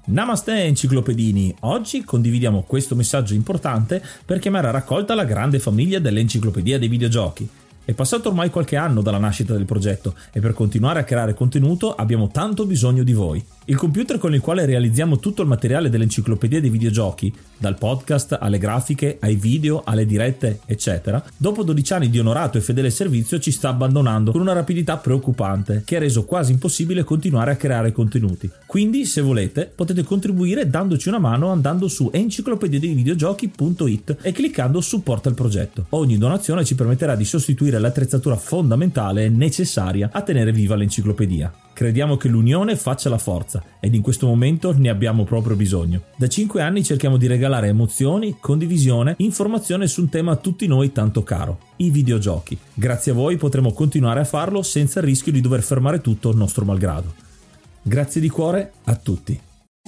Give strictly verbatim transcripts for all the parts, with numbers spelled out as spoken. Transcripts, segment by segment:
Namaste enciclopedini, oggi condividiamo questo messaggio importante per chiamare a raccolta la grande famiglia dell'Enciclopedia dei Videogiochi. È passato ormai qualche anno dalla nascita del progetto e per continuare a creare contenuto abbiamo tanto bisogno di voi. Il computer con il quale realizziamo tutto il materiale dell'Enciclopedia dei Videogiochi, dal podcast alle grafiche, ai video, alle dirette, eccetera, dopo dodici anni di onorato e fedele servizio ci sta abbandonando con una rapidità preoccupante che ha reso quasi impossibile continuare a creare contenuti. Quindi, se volete, potete contribuire dandoci una mano andando su enciclopedia dei videogiochi punto it e cliccando supporta il progetto. Ogni donazione ci permetterà di sostituire l'attrezzatura fondamentale e necessaria a tenere viva l'enciclopedia. Crediamo che l'unione faccia la forza ed in questo momento ne abbiamo proprio bisogno. Da cinque anni cerchiamo di regalare emozioni, condivisione, informazione su un tema a tutti noi tanto caro, i videogiochi. Grazie a voi potremo continuare a farlo senza il rischio di dover fermare tutto nostro malgrado. Grazie di cuore a tutti.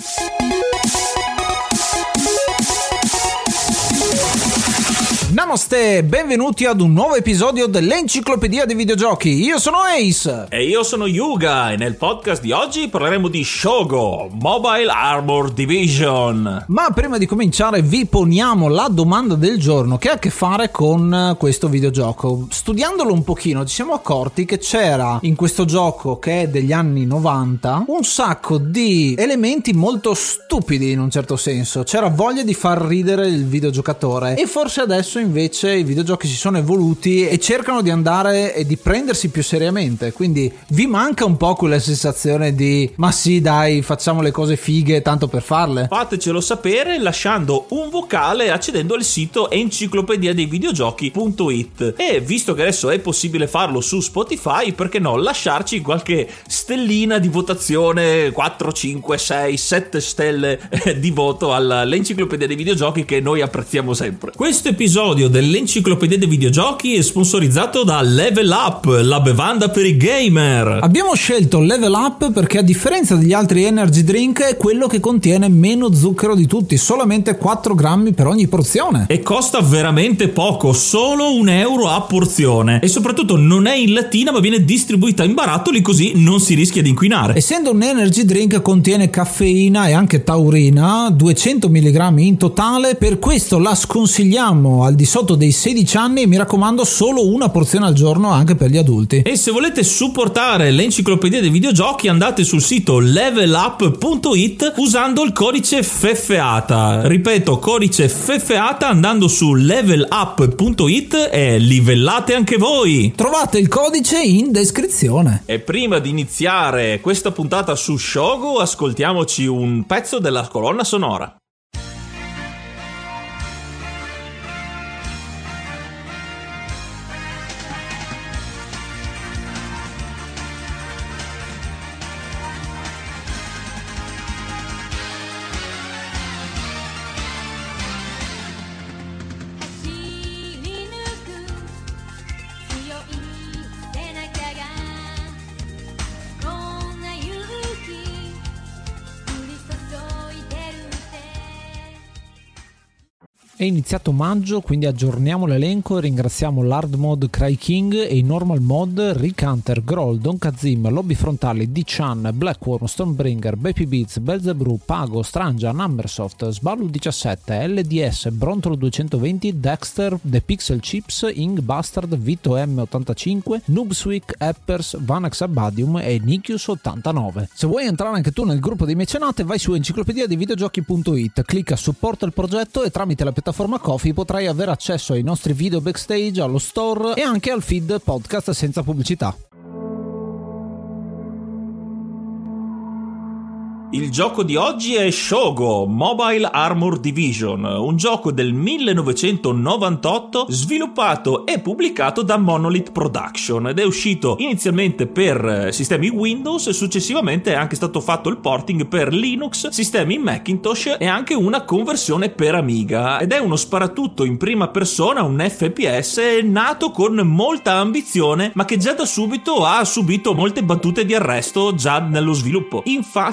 Namaste, benvenuti ad un nuovo episodio dell'Enciclopedia dei Videogiochi. Io sono Ace. E io sono Yuga e nel podcast di oggi parleremo di Shogo, Mobile Armor Division. Ma prima di cominciare vi poniamo la domanda del giorno che ha a che fare con questo videogioco. Studiandolo un pochino ci siamo accorti che c'era in questo gioco, che è degli anni novanta, un sacco di elementi molto stupidi in un certo senso. C'era voglia di far ridere il videogiocatore e forse adesso invece i videogiochi si sono evoluti e cercano di andare e di prendersi più seriamente, quindi vi manca un po' quella sensazione di ma sì dai facciamo le cose fighe tanto per farle? Fatecelo sapere lasciando un vocale accedendo al sito enciclopedia dei videogiochi punto it e visto che adesso è possibile farlo su Spotify, perché no lasciarci qualche stellina di votazione, quattro, cinque, sei, sette stelle di voto all'Enciclopedia dei Videogiochi che noi apprezziamo sempre. Questo episodio dell'Enciclopedia dei Videogiochi è sponsorizzato da Level Up, la bevanda per i gamer. Abbiamo scelto Level Up perché a differenza degli altri energy drink è quello che contiene meno zucchero di tutti, solamente quattro grammi per ogni porzione. E costa veramente poco, solo un euro a porzione. E soprattutto non è in lattina ma viene distribuita in barattoli, così non si rischia di inquinare. Essendo un energy drink contiene caffeina e anche taurina, duecento milligrammi in totale, per questo la sconsigliamo al di sotto dei sedici anni e mi raccomando solo una porzione al giorno anche per gli adulti. E se volete supportare l'Enciclopedia dei Videogiochi andate sul sito level up punto it usando il codice FEFEATA. Ripeto, codice FEFEATA andando su level up punto it e livellate anche voi. Trovate il codice in descrizione. E prima di iniziare questa puntata su Shogo ascoltiamoci un pezzo della colonna sonora. È iniziato maggio, quindi aggiorniamo l'elenco e ringraziamo l'Hard Mode Cry King e i Normal Mode Rick Hunter, Groll, Don Kazim, Lobby Frontali, D-Chan, Blackworm, Stonebringer, Baby Beats, Belzebrew, Pago, Strangia, Numbersoft, Sballu diciassette, L D S, Brontolo duecentoventi, Dexter, The Pixel Chips, Ing Bastard, Vito M ottantacinque, Noobswick, Eppers, Vanax Abadium e Nikius ottantanove. Se vuoi entrare anche tu nel gruppo dei mecenate vai su enciclopedia dei videogiochi punto it, clicca supporta il progetto e tramite la piattaforma Ko-fi potrai avere accesso ai nostri video backstage, allo store e anche al feed podcast senza pubblicità. Il gioco di oggi è Shogo, Mobile Armor Division, un gioco del millenovecentonovantotto sviluppato e pubblicato da Monolith Production ed è uscito inizialmente per sistemi Windows e successivamente è anche stato fatto il porting per Linux, sistemi Macintosh e anche una conversione per Amiga ed è uno sparatutto in prima persona, un F P S nato con molta ambizione ma che già da subito ha subito molte battute di arresto già nello sviluppo. Infatti Monolith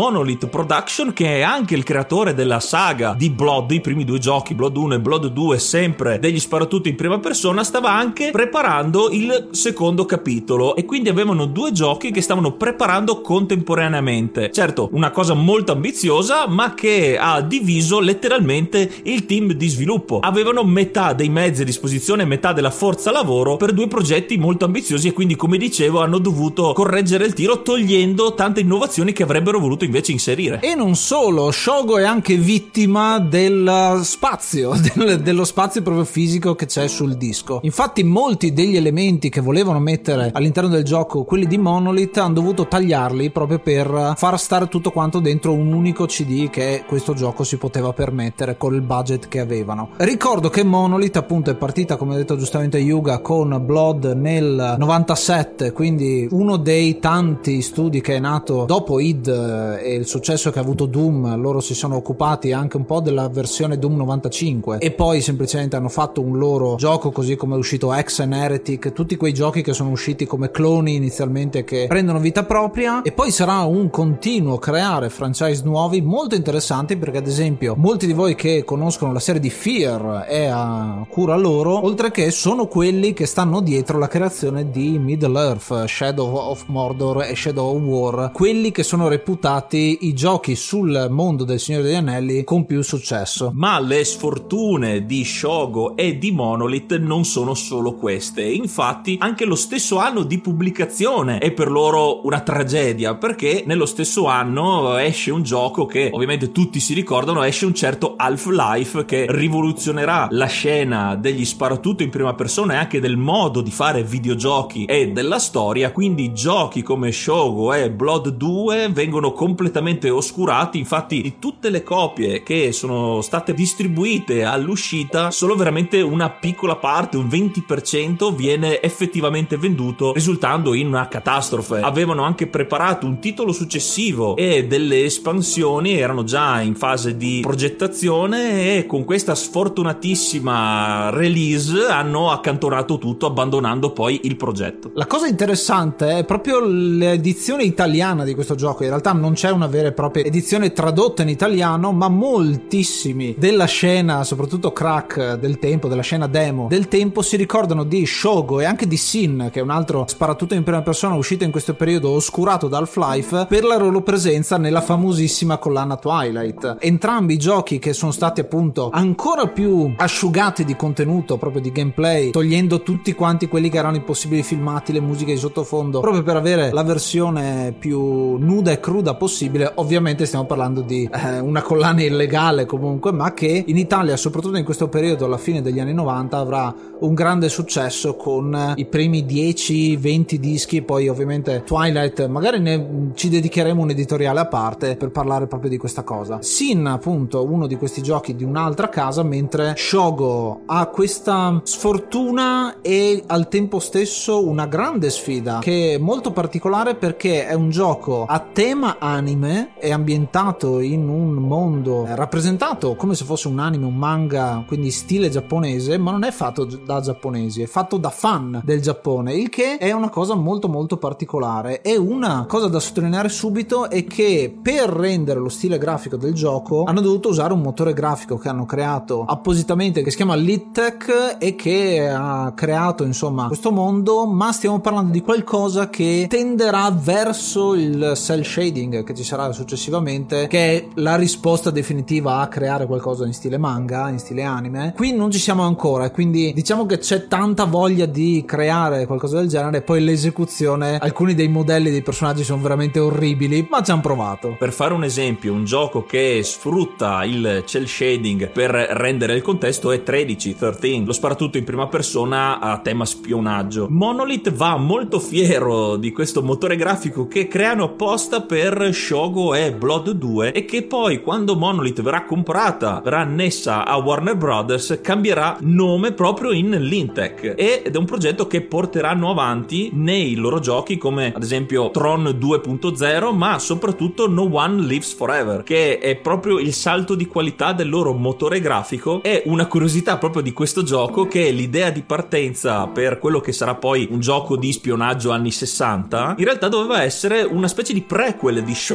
Monolith Production, che è anche il creatore della saga di Blood, i primi due giochi, Blood uno e Blood due, sempre degli sparatutto in prima persona, stava anche preparando il secondo capitolo, e quindi avevano due giochi che stavano preparando contemporaneamente. Certo, una cosa molto ambiziosa, ma che ha diviso letteralmente il team di sviluppo. Avevano metà dei mezzi a disposizione, metà della forza lavoro per due progetti molto ambiziosi, e quindi, come dicevo, hanno dovuto correggere il tiro togliendo tante innovazioni che avrebbero voluto invece inserire. E non solo, Shogo è anche vittima del spazio, del, dello spazio proprio fisico che c'è sul disco. Infatti molti degli elementi che volevano mettere all'interno del gioco, quelli di Monolith, hanno dovuto tagliarli proprio per far stare tutto quanto dentro un unico C D che questo gioco si poteva permettere con il budget che avevano. Ricordo che Monolith appunto è partita, come ha detto giustamente Yuga, con Blood nel novantasette, quindi uno dei tanti studi che è nato dopo id e il successo che ha avuto Doom. Loro si sono occupati anche un po' della versione Doom novantacinque e poi semplicemente hanno fatto un loro gioco, così come è uscito Hex and Heretic, tutti quei giochi che sono usciti come cloni inizialmente che prendono vita propria, e poi sarà un continuo creare franchise nuovi molto interessanti, perché ad esempio molti di voi che conoscono la serie di Fear è a cura loro, oltre che sono quelli che stanno dietro la creazione di Middle Earth, Shadow of Mordor e Shadow of War, quelli che sono reputati i giochi sul mondo del Signore degli Anelli con più successo. Ma le sfortune di Shogo e di Monolith non sono solo queste. Infatti anche lo stesso anno di pubblicazione è per loro una tragedia, perché nello stesso anno esce un gioco che ovviamente tutti si ricordano, esce un certo Half-Life che rivoluzionerà la scena degli sparatutto in prima persona e anche del modo di fare videogiochi e della storia. Quindi giochi come Shogo e Blood due vengono completamente oscurati. Infatti di tutte le copie che sono state distribuite all'uscita, solo veramente una piccola parte, un venti per cento, viene effettivamente venduto, risultando in una catastrofe. Avevano anche preparato un titolo successivo e delle espansioni, erano già in fase di progettazione, e con questa sfortunatissima release hanno accantonato tutto, abbandonando poi il progetto. La cosa interessante è proprio l'edizione italiana di questo gioco. In realtà non c'è una vera e propria edizione tradotta in italiano, ma moltissimi della scena, soprattutto crack del tempo, della scena demo del tempo, si ricordano di Shogo e anche di Sin, che è un altro sparatutto in prima persona uscito in questo periodo, oscurato da Half-Life, per la loro presenza nella famosissima collana Twilight. Entrambi i giochi che sono stati appunto ancora più asciugati di contenuto, proprio di gameplay, togliendo tutti quanti quelli che erano i possibili filmati, le musiche di sottofondo, proprio per avere la versione più nuda e cruda possibile. Ovviamente stiamo parlando di eh, una collana illegale comunque, ma che in Italia, soprattutto in questo periodo alla fine degli anni novanta, avrà un grande successo con i primi dieci venti dischi. Poi ovviamente Twilight, magari ne ci dedicheremo un editoriale a parte per parlare proprio di questa cosa. Sin appunto uno di questi giochi di un'altra casa, mentre Shogo ha questa sfortuna e al tempo stesso una grande sfida che è molto particolare, perché è un gioco a tema anime, è ambientato in un mondo rappresentato come se fosse un anime, un manga, quindi stile giapponese, ma non è fatto da giapponesi, è fatto da fan del Giappone, il che è una cosa molto molto particolare. E una cosa da sottolineare subito è che per rendere lo stile grafico del gioco hanno dovuto usare un motore grafico che hanno creato appositamente, che si chiama Littech, e che ha creato insomma questo mondo. Ma stiamo parlando di qualcosa che tenderà verso il cel shading che ci sarà successivamente, che è la risposta definitiva a creare qualcosa in stile manga, in stile anime. Qui non ci siamo ancora, e quindi diciamo che c'è tanta voglia di creare qualcosa del genere. Poi l'esecuzione, alcuni dei modelli dei personaggi sono veramente orribili, ma ci hanno provato. Per fare un esempio, un gioco che sfrutta il cel shading per rendere il contesto è tredici, tredici, lo sparatutto in prima persona a tema spionaggio. Monolith va molto fiero di questo motore grafico che creano apposta per Shogo e Blood due, e che poi, quando Monolith verrà comprata, verrà annessa a Warner Brothers, cambierà nome proprio in Lintech, ed è un progetto che porteranno avanti nei loro giochi, come ad esempio Tron due punto zero, ma soprattutto No One Lives Forever, che è proprio il salto di qualità del loro motore grafico. È una curiosità proprio di questo gioco che l'idea di partenza per quello che sarà poi un gioco di spionaggio anni sessanta in realtà doveva essere una specie di prequel di Shogo,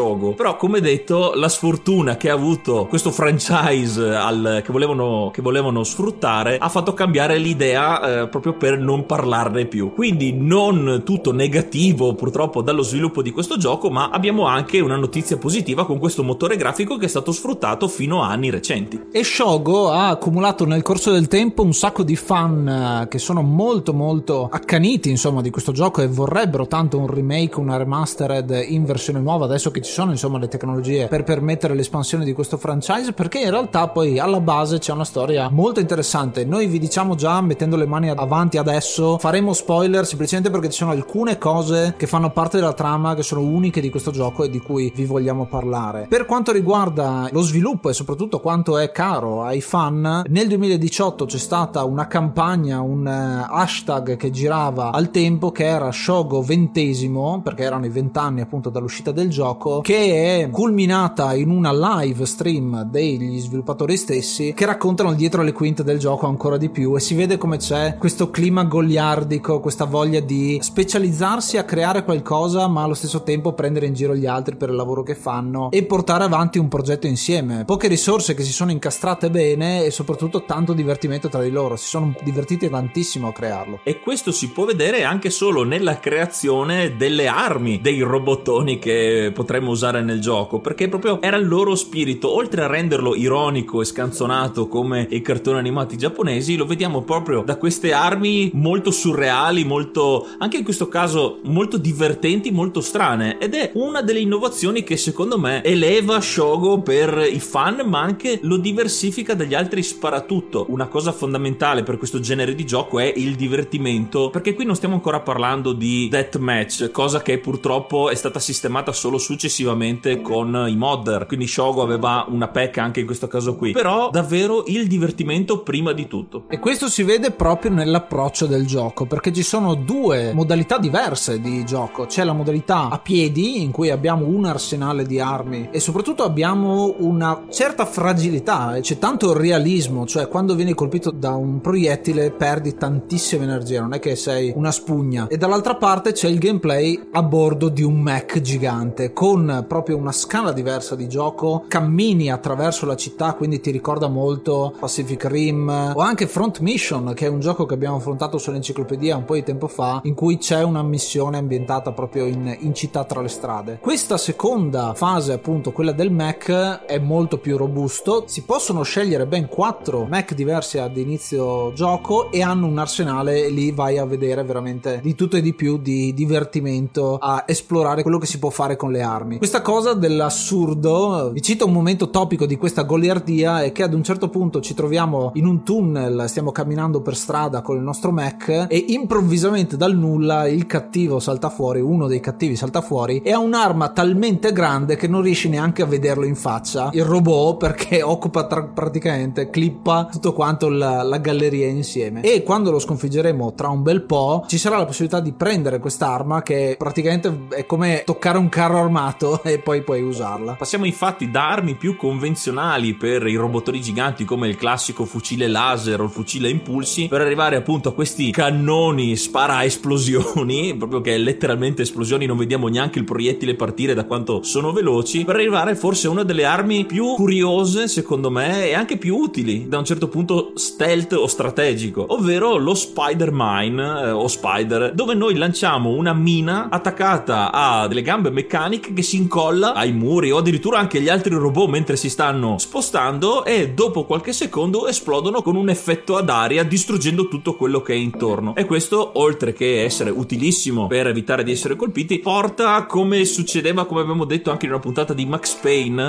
Shogo. Però come detto, la sfortuna che ha avuto questo franchise al, che volevano che volevano sfruttare ha fatto cambiare l'idea eh, proprio per non parlarne più. Quindi non tutto negativo purtroppo dallo sviluppo di questo gioco, ma abbiamo anche una notizia positiva con questo motore grafico che è stato sfruttato fino a anni recenti. E Shogo ha accumulato nel corso del tempo un sacco di fan che sono molto molto accaniti insomma di questo gioco e vorrebbero tanto un remake, una remastered in versione nuova adesso che ci sono insomma le tecnologie per permettere l'espansione di questo franchise, perché in realtà poi alla base c'è una storia molto interessante. Noi vi diciamo già, mettendo le mani avanti adesso, faremo spoiler semplicemente perché ci sono alcune cose che fanno parte della trama che sono uniche di questo gioco e di cui vi vogliamo parlare. Per quanto riguarda lo sviluppo e soprattutto quanto è caro ai fan, nel duemiladiciotto c'è stata una campagna, un hashtag che girava al tempo che era Shogo ventesimo, perché erano i vent'anni appunto dall'uscita del gioco, che è culminata in una live stream degli sviluppatori stessi che raccontano il dietro le quinte del gioco ancora di più, e si vede come c'è questo clima goliardico, questa voglia di specializzarsi a creare qualcosa ma allo stesso tempo prendere in giro gli altri per il lavoro che fanno e portare avanti un progetto insieme. Poche risorse che si sono incastrate bene e soprattutto tanto divertimento tra di loro, si sono divertiti tantissimo a crearlo. E questo si può vedere anche solo nella creazione delle armi dei robottoni che potremmo usare nel gioco, perché proprio era il loro spirito. Oltre a renderlo ironico e scanzonato come i cartoni animati giapponesi, lo vediamo proprio da queste armi molto surreali, molto, anche in questo caso molto divertenti, molto strane, ed è una delle innovazioni che secondo me eleva Shogo per i fan ma anche lo diversifica dagli altri sparatutto. Una cosa fondamentale per questo genere di gioco è il divertimento, perché qui non stiamo ancora parlando di deathmatch, cosa che purtroppo è stata sistemata solo successivamente con i modder, quindi Shogo aveva una pecca anche in questo caso qui, però davvero il divertimento prima di tutto. E questo si vede proprio nell'approccio del gioco, perché ci sono due modalità diverse di gioco. C'è la modalità a piedi in cui abbiamo un arsenale di armi e soprattutto abbiamo una certa fragilità, c'è tanto realismo, cioè quando vieni colpito da un proiettile perdi tantissima energia, non è che sei una spugna. E dall'altra parte c'è il gameplay a bordo di un mech gigante con proprio una scala diversa di gioco, cammini attraverso la città, quindi ti ricorda molto Pacific Rim o anche Front Mission, che è un gioco che abbiamo affrontato sull'enciclopedia un po' di tempo fa, in cui c'è una missione ambientata proprio in, in città tra le strade. Questa seconda fase, appunto quella del mech, è molto più robusto, si possono scegliere ben quattro mech diversi ad inizio gioco e hanno un arsenale, e lì vai a vedere veramente di tutto e di più di divertimento, a esplorare quello che si può fare con le armi. Questa cosa dell'assurdo, vi cito un momento topico di questa goliardia, è che ad un certo punto ci troviamo in un tunnel, stiamo camminando per strada con il nostro mech e improvvisamente dal nulla il cattivo salta fuori, uno dei cattivi salta fuori e ha un'arma talmente grande che non riesci neanche a vederlo in faccia, il robot, perché occupa tra- praticamente clippa tutto quanto la, la galleria insieme. E quando lo sconfiggeremo tra un bel po' ci sarà la possibilità di prendere quest'arma che praticamente è come toccare un carro armato e poi puoi usarla. Passiamo infatti da armi più convenzionali per i robottoni giganti come il classico fucile laser o il fucile a impulsi, per arrivare appunto a questi cannoni spara a esplosioni, proprio che è letteralmente esplosioni, non vediamo neanche il proiettile partire da quanto sono veloci, per arrivare forse a una delle armi più curiose secondo me e anche più utili da un certo punto stealth o strategico, ovvero lo Spider Mine eh, o Spider, dove noi lanciamo una mina attaccata a delle gambe meccaniche che si incolla ai muri o addirittura anche agli altri robot mentre si stanno spostando, e dopo qualche secondo esplodono con un effetto ad aria distruggendo tutto quello che è intorno. E questo, oltre che essere utilissimo per evitare di essere colpiti, porta, come succedeva, come abbiamo detto anche in una puntata di Max Payne,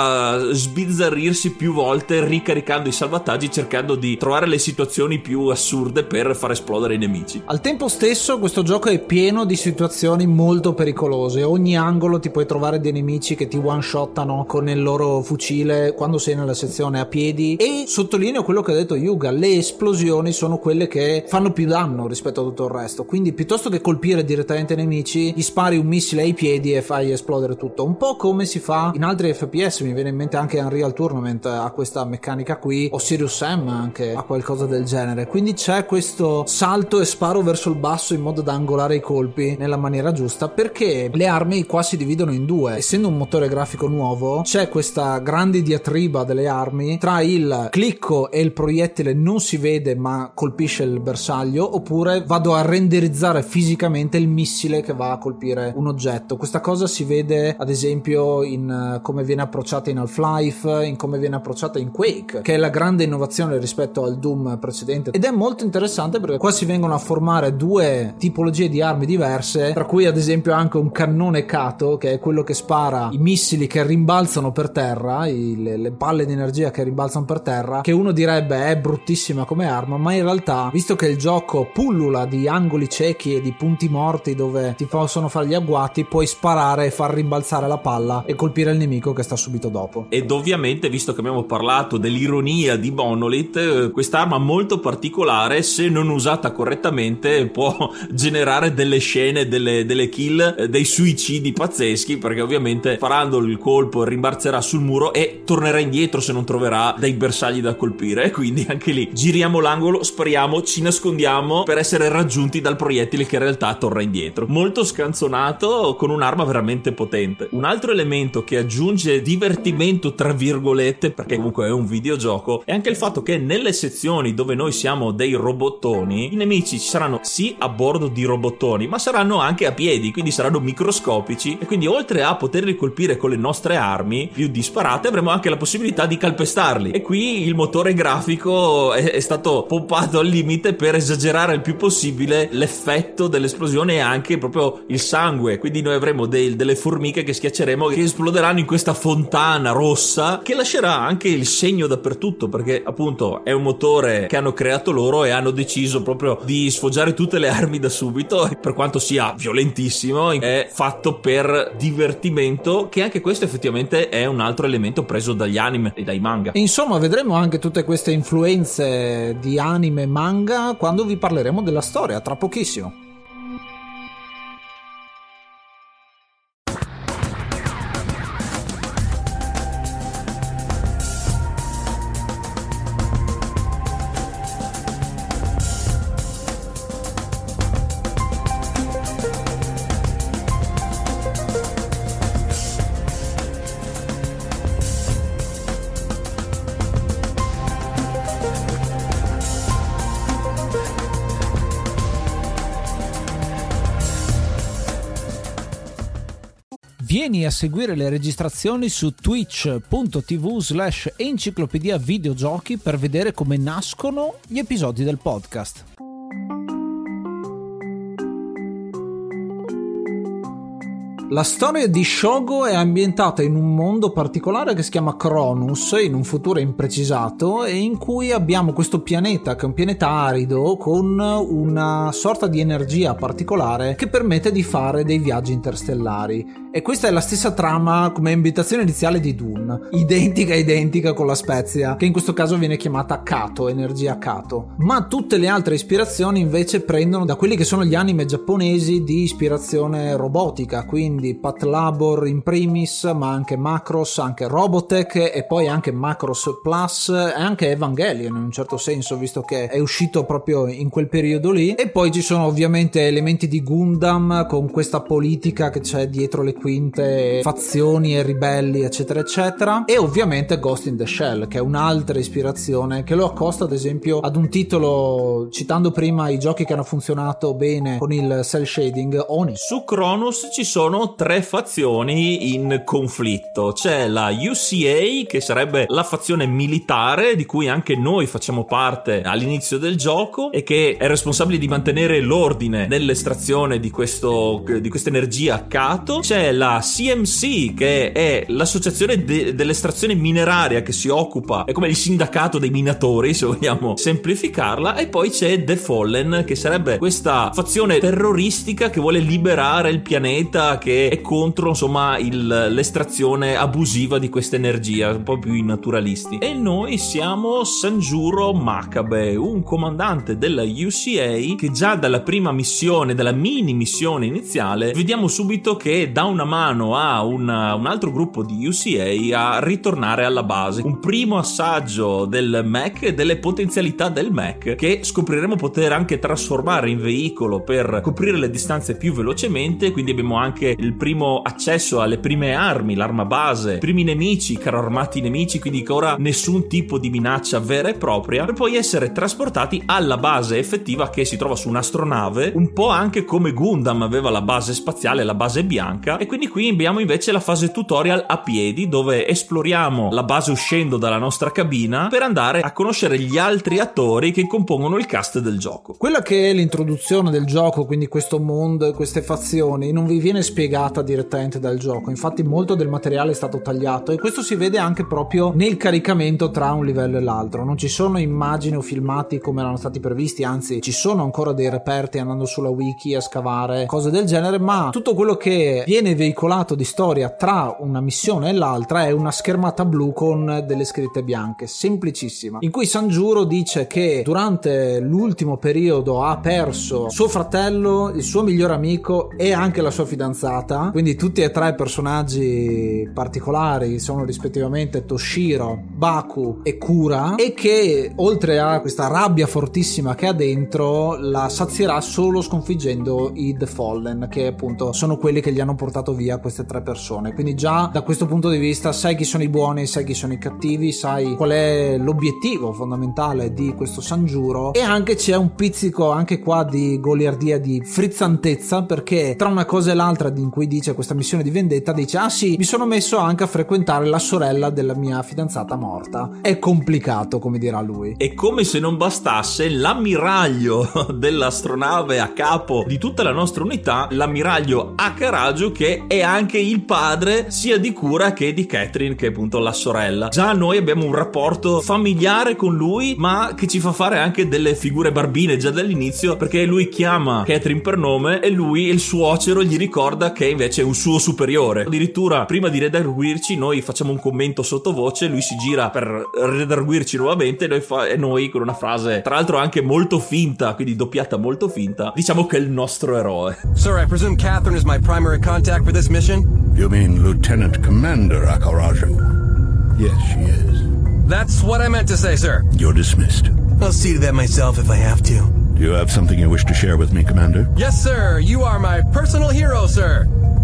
a sbizzarrirsi più volte ricaricando i salvataggi, cercando di trovare le situazioni più assurde per far esplodere i nemici. Al tempo stesso questo gioco è pieno di situazioni molto pericolose, ogni angolo ti puoi trovare dei nemici che ti one shottano con il loro fucile quando sei nella sezione a piedi, e sottolineo quello che ha detto Yuga, le esplosioni sono quelle che fanno più danno rispetto a tutto il resto, quindi piuttosto che colpire direttamente i nemici gli spari un missile ai piedi e fai esplodere tutto, un po' come si fa in altri F P S. Mi viene in mente anche Unreal Tournament a questa meccanica qui, o Serious Sam anche a qualcosa del genere, quindi c'è questo salto e sparo verso il basso in modo da angolare i colpi nella maniera giusta, perché le armi qua si dividono in in due. Essendo un motore grafico nuovo, c'è questa grande diatriba delle armi tra il clicco e il proiettile non si vede ma colpisce il bersaglio, oppure vado a renderizzare fisicamente il missile che va a colpire un oggetto. Questa cosa si vede ad esempio in uh, come viene approcciata in Half-Life, in come viene approcciata in Quake, che è la grande innovazione rispetto al Doom precedente, ed è molto interessante perché qua si vengono a formare due tipologie di armi diverse, tra cui ad esempio anche un cannone Kato, che è quello che spara i missili che rimbalzano per terra, i, le, le palle di energia che rimbalzano per terra, che uno direbbe è bruttissima come arma, ma in realtà, visto che il gioco pullula di angoli ciechi e di punti morti dove ti possono fare gli agguati, puoi sparare e far rimbalzare la palla e colpire il nemico che sta subito dopo. Ed ovviamente, visto che abbiamo parlato dell'ironia di Monolith, quest'arma molto particolare, se non usata correttamente, può generare delle scene, delle, delle kill, dei suicidi pazzeschi, perché ovviamente sparando il colpo rimbalzerà sul muro e tornerà indietro se non troverà dei bersagli da colpire, e quindi anche lì giriamo l'angolo, spariamo, ci nascondiamo per essere raggiunti dal proiettile che in realtà torna indietro. Molto scanzonato, con un'arma veramente potente. Un altro elemento che aggiunge divertimento tra virgolette, perché comunque è un videogioco, è anche il fatto che nelle sezioni dove noi siamo dei robottoni, i nemici ci saranno sì a bordo di robottoni, ma saranno anche a piedi, quindi saranno microscopici, e quindi oltre a poterli colpire con le nostre armi più disparate, avremo anche la possibilità di calpestarli. E qui il motore grafico è, è stato pompato al limite per esagerare il più possibile l'effetto dell'esplosione e anche proprio il sangue, quindi noi avremo dei, delle formiche che schiacceremo, che esploderanno in questa fontana rossa che lascerà anche il segno dappertutto, perché appunto è un motore che hanno creato loro e hanno deciso proprio di sfoggiare tutte le armi da subito, e per quanto sia violentissimo è fatto per divertimento, che anche questo effettivamente è un altro elemento preso dagli anime e dai manga. E insomma vedremo anche tutte queste influenze di anime e manga quando vi parleremo della storia tra pochissimo. Vieni a seguire le registrazioni su twitch.tv slash enciclopedia videogiochi per vedere come nascono gli episodi del podcast. La storia di Shogo è ambientata in un mondo particolare che si chiama Cronus, in un futuro imprecisato, e in cui abbiamo questo pianeta che è un pianeta arido con una sorta di energia particolare che permette di fare dei viaggi interstellari. E questa è la stessa trama come ambientazione iniziale di Dune, identica identica con la Spezia, che in questo caso viene chiamata Kato, energia Kato. Ma tutte le altre ispirazioni invece prendono da quelli che sono gli anime giapponesi di ispirazione robotica, quindi Pat Labor in primis, ma anche Macross, anche Robotech e poi anche Macross Plus e anche Evangelion in un certo senso, visto che è uscito proprio in quel periodo lì. E poi ci sono ovviamente elementi di Gundam con questa politica che c'è dietro le quinte, fazioni e ribelli eccetera eccetera, e ovviamente Ghost in the Shell, che è un'altra ispirazione che lo accosta ad esempio ad un titolo, citando prima i giochi che hanno funzionato bene con il cel shading, Oni. Su Cronus ci sono tre fazioni in conflitto. C'è la U C A, che sarebbe la fazione militare di cui anche noi facciamo parte all'inizio del gioco e che è responsabile di mantenere l'ordine nell'estrazione di questo di questa energia Kato. C'è la C M C, che è l'associazione de- dell'estrazione mineraria, che si occupa, è come il sindacato dei minatori se vogliamo semplificarla. E poi c'è The Fallen, che sarebbe questa fazione terroristica che vuole liberare il pianeta, che è contro insomma il, l'estrazione abusiva di questa energia, un po' più i naturalisti. E noi siamo Sanjuro Makabe, un comandante della U C A che già dalla prima missione, dalla mini missione iniziale, vediamo subito che dà una mano a una, un altro gruppo di U C A a ritornare alla base. Un primo assaggio del mech e delle potenzialità del mech, che scopriremo poter anche trasformare in veicolo per coprire le distanze più velocemente. Quindi abbiamo anche il primo accesso alle prime armi, l'arma base, primi nemici, carro armati nemici, quindi ancora nessun tipo di minaccia vera e propria, per poi essere trasportati alla base effettiva che si trova su un'astronave, un po' anche come Gundam aveva la base spaziale, la base bianca. E quindi qui abbiamo invece la fase tutorial a piedi, dove esploriamo la base uscendo dalla nostra cabina per andare a conoscere gli altri attori che compongono il cast del gioco. Quella che è l'introduzione del gioco, quindi questo mondo e queste fazioni, non vi viene spiegata direttamente dal gioco, infatti molto del materiale è stato tagliato, e questo si vede anche proprio nel caricamento tra un livello e l'altro. Non ci sono immagini o filmati come erano stati previsti, anzi ci sono ancora dei reperti andando sulla wiki a scavare cose del genere, ma tutto quello che viene veicolato di storia tra una missione e l'altra è una schermata blu con delle scritte bianche, semplicissima, in cui Sanjuro dice che durante l'ultimo periodo ha perso suo fratello, il suo migliore amico e anche la sua fidanzata, quindi tutti e tre personaggi particolari sono rispettivamente Toshiro, Baku e Kura, e che oltre a questa rabbia fortissima che ha dentro la sazierà solo sconfiggendo i The Fallen, che appunto sono quelli che gli hanno portato via queste tre persone. Quindi già da questo punto di vista sai chi sono i buoni, sai chi sono i cattivi, sai qual è l'obiettivo fondamentale di questo Sanjuro, e anche c'è un pizzico anche qua di goliardia, di frizzantezza, perché tra una cosa e l'altra in cui dice questa missione di vendetta dice: ah sì, mi sono messo anche a frequentare la sorella della mia fidanzata morta. È complicato, come dirà lui. E come se non bastasse, l'ammiraglio dell'astronave a capo di tutta la nostra unità, l'ammiraglio Akaraju, che è anche il padre sia di Kura che di Catherine, che è appunto la sorella. Già noi abbiamo un rapporto familiare con lui, ma che ci fa fare anche delle figure barbine già dall'inizio, perché lui chiama Catherine per nome e lui, il suocero, gli ricorda che invece è un suo superiore. Addirittura prima di redarguirci noi facciamo un commento sottovoce, lui si gira per redarguirci nuovamente e noi, fa- e noi con una frase tra l'altro anche molto finta, quindi doppiata molto finta, diciamo che è il nostro eroe. Sir, I presume Catherine is my primary contact for this mission? You mean Lieutenant Commander Akaraju? Yes, she is. That's what I meant to say, sir. You're dismissed. I'll see to that myself if I have to. Do you have something you wish to share with me, Commander? Yes, sir. You are my personal hero, sir.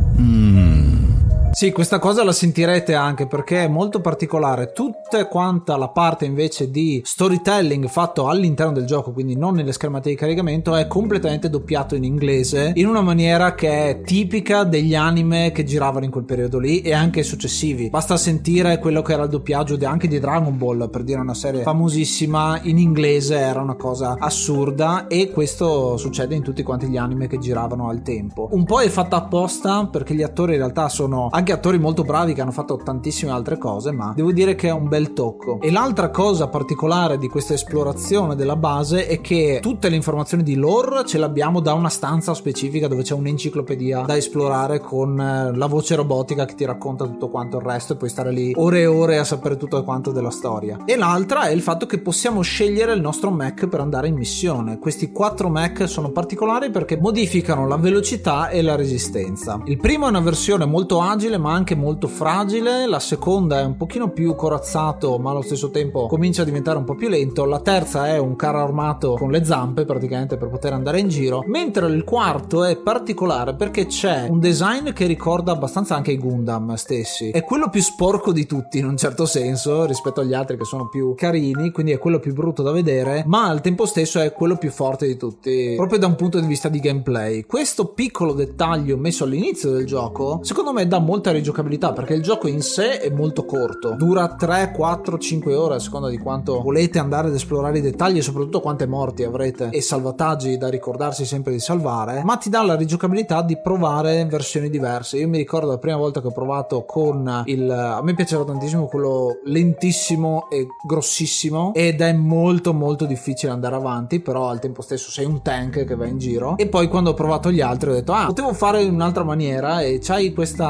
Hmm. Sì, questa cosa la sentirete anche perché è molto particolare. Tutta quanta la parte invece di storytelling fatto all'interno del gioco, quindi non nelle schermate di caricamento, è completamente doppiato in inglese in una maniera che è tipica degli anime che giravano in quel periodo lì e anche successivi. Basta sentire quello che era il doppiaggio di, anche di Dragon Ball, per dire una serie famosissima, in inglese era una cosa assurda, e questo succede in tutti quanti gli anime che giravano al tempo. Un po' è fatta apposta perché gli attori in realtà sono anche attori molto bravi che hanno fatto tantissime altre cose, ma devo dire che è un bel tocco. E l'altra cosa particolare di questa esplorazione della base è che tutte le informazioni di lore ce l'abbiamo da una stanza specifica dove c'è un'enciclopedia da esplorare con la voce robotica che ti racconta tutto quanto il resto, e puoi stare lì ore e ore a sapere tutto quanto della storia. E l'altra è il fatto che possiamo scegliere il nostro mech per andare in missione. Questi quattro mech sono particolari perché modificano la velocità e la resistenza. Il primo è una versione molto agile ma anche molto fragile, la seconda è un pochino più corazzato ma allo stesso tempo comincia a diventare un po' più lento, la terza è un carro armato con le zampe praticamente per poter andare in giro, mentre il quarto è particolare perché c'è un design che ricorda abbastanza anche i Gundam stessi. È quello più sporco di tutti in un certo senso rispetto agli altri che sono più carini, quindi è quello più brutto da vedere, ma al tempo stesso è quello più forte di tutti proprio da un punto di vista di gameplay. Questo piccolo dettaglio messo all'inizio del gioco secondo me dà molta rigiocabilità, perché il gioco in sé è molto corto, dura tre, quattro, cinque ore a seconda di quanto volete andare ad esplorare i dettagli e soprattutto quante morti avrete e salvataggi da ricordarsi sempre di salvare, ma ti dà la rigiocabilità di provare versioni diverse. Io mi ricordo la prima volta che ho provato con il, a me piaceva tantissimo quello lentissimo e grossissimo, ed è molto molto difficile andare avanti, però al tempo stesso sei un tank che va in giro. E poi quando ho provato gli altri ho detto ah, potevo fare in un'altra maniera, e c'hai questa sensazione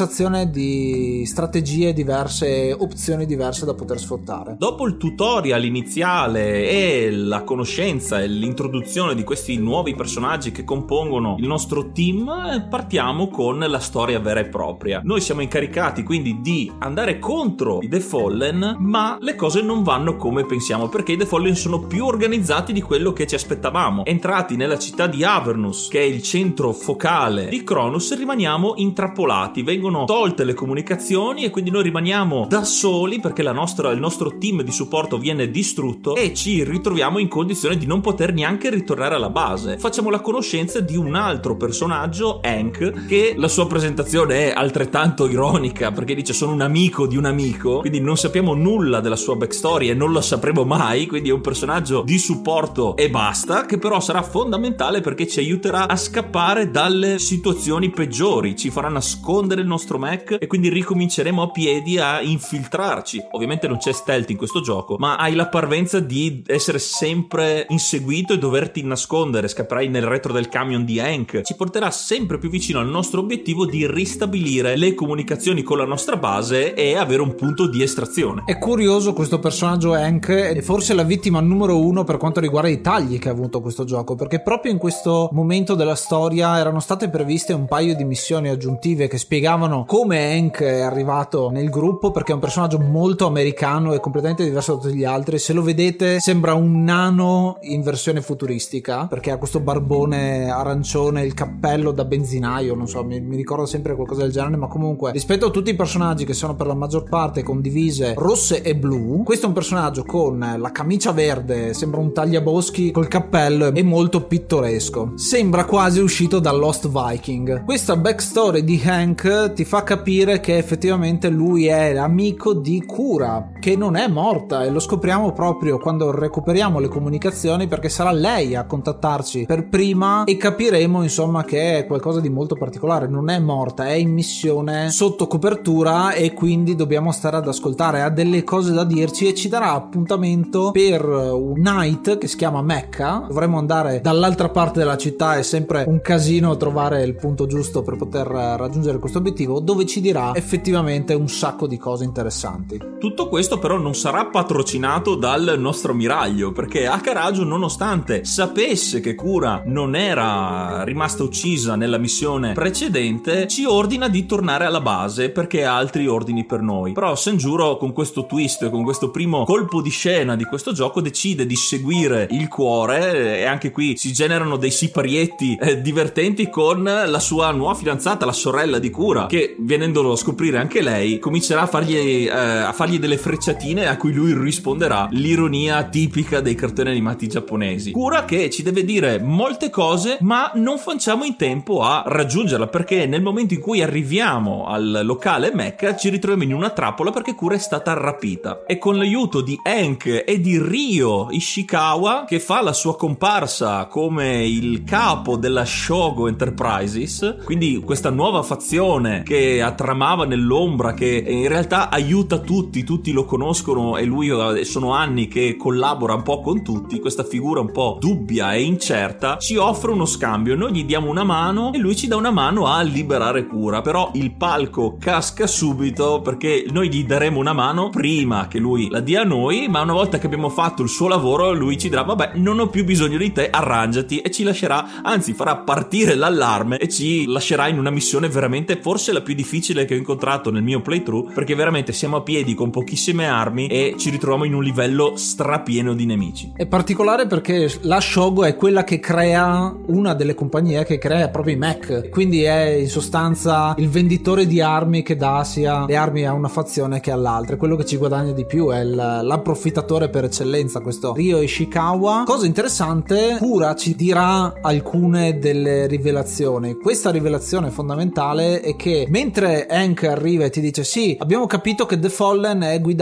sensazione di strategie diverse, opzioni diverse da poter sfruttare. Dopo il tutorial iniziale e la conoscenza e l'introduzione di questi nuovi personaggi che compongono il nostro team, partiamo con la storia vera e propria. Noi siamo incaricati quindi di andare contro i The Fallen, ma le cose non vanno come pensiamo, perché i The Fallen sono più organizzati di quello che ci aspettavamo. Entrati nella città di Avernus, che è il centro focale di Cronus, rimaniamo intrappolati, vengono tolte le comunicazioni e quindi noi rimaniamo da soli perché la nostra, il nostro team di supporto viene distrutto e ci ritroviamo in condizione di non poter neanche ritornare alla base. Facciamo la conoscenza di un altro personaggio, Hank, che la sua presentazione è altrettanto ironica perché dice sono un amico di un amico, quindi non sappiamo nulla della sua backstory e non lo sapremo mai, quindi è un personaggio di supporto e basta, che però sarà fondamentale perché ci aiuterà a scappare dalle situazioni peggiori, ci farà nascondere il nostro mech e quindi ricominceremo a piedi a infiltrarci. Ovviamente non c'è stealth in questo gioco, ma hai la parvenza di essere sempre inseguito e doverti nascondere. Scapperai nel retro del camion di Hank, ci porterà sempre più vicino al nostro obiettivo di ristabilire le comunicazioni con la nostra base e avere un punto di estrazione. È curioso questo personaggio Hank, è forse la vittima numero uno per quanto riguarda i tagli che ha avuto questo gioco, perché proprio in questo momento della storia erano state previste un paio di missioni aggiuntive che spiegavano come Hank è arrivato nel gruppo, perché è un personaggio molto americano e completamente diverso da tutti gli altri. Se lo vedete sembra un nano in versione futuristica, perché ha questo barbone arancione, il cappello da benzinaio, non so, mi, mi ricordo sempre qualcosa del genere, ma comunque rispetto a tutti i personaggi che sono per la maggior parte con divise rosse e blu, questo è un personaggio con la camicia verde, sembra un tagliaboschi col cappello, è molto pittoresco, sembra quasi uscito da Lost Viking. Questa backstory di Hank ti fa capire che effettivamente lui è amico di Kura, che non è morta, e lo scopriamo proprio quando recuperiamo le comunicazioni, perché sarà lei a contattarci per prima e capiremo insomma che è qualcosa di molto particolare. Non è morta, è in missione sotto copertura e quindi dobbiamo stare ad ascoltare, ha delle cose da dirci e ci darà appuntamento per un night che si chiama Mecca. Dovremo andare dall'altra parte della città, è sempre un casino trovare il punto giusto per poter raggiungere questo obiettivo, dove ci dirà effettivamente un sacco di cose interessanti. Tutto questo però non sarà patrocinato dal nostro ammiraglio, perché Akaraju, nonostante sapesse che Kura non era rimasta uccisa nella missione precedente, ci ordina di tornare alla base perché ha altri ordini per noi. Però Sanjuro, con questo twist, con questo primo colpo di scena di questo gioco, decide di seguire il cuore e anche qui si generano dei siparietti eh, divertenti con la sua nuova fidanzata, la sorella di Kura, che venendolo a scoprire anche lei comincerà a fargli, eh, a fargli delle frecciatine a cui lui risponderà, l'ironia tipica dei cartoni animati giapponesi. Kura che ci deve dire molte cose ma non facciamo in tempo a raggiungerla, perché nel momento in cui arriviamo al locale Mecca ci ritroviamo in una trappola perché Kura è stata rapita, e con l'aiuto di Hank e di Ryo Ishikawa, che fa la sua comparsa come il capo della Shogo Enterprises, quindi questa nuova fazione che tramava nell'ombra, che in realtà aiuta tutti, tutti lo conoscono e lui sono anni che collabora un po' con tutti, questa figura un po' dubbia e incerta ci offre uno scambio, noi gli diamo una mano e lui ci dà una mano a liberare Kura. Però il palco casca subito perché noi gli daremo una mano prima che lui la dia a noi, ma una volta che abbiamo fatto il suo lavoro lui ci dirà vabbè, non ho più bisogno di te, arrangiati, e ci lascerà, anzi farà partire l'allarme e ci lascerà in una missione veramente forse la più difficile che ho incontrato nel mio playthrough, perché veramente siamo a piedi con pochissime armi e ci ritroviamo in un livello strapieno di nemici. È particolare perché la Shogo è quella che crea, una delle compagnie che crea proprio i mech, quindi è in sostanza il venditore di armi che dà sia le armi a una fazione che all'altra, quello che ci guadagna di più è il, l'approfittatore per eccellenza, questo Ryo Ishikawa. Cosa interessante, Kura ci dirà alcune delle rivelazioni. Questa rivelazione fondamentale è che mentre Hank arriva e ti dice sì, abbiamo capito che The Fallen è guidato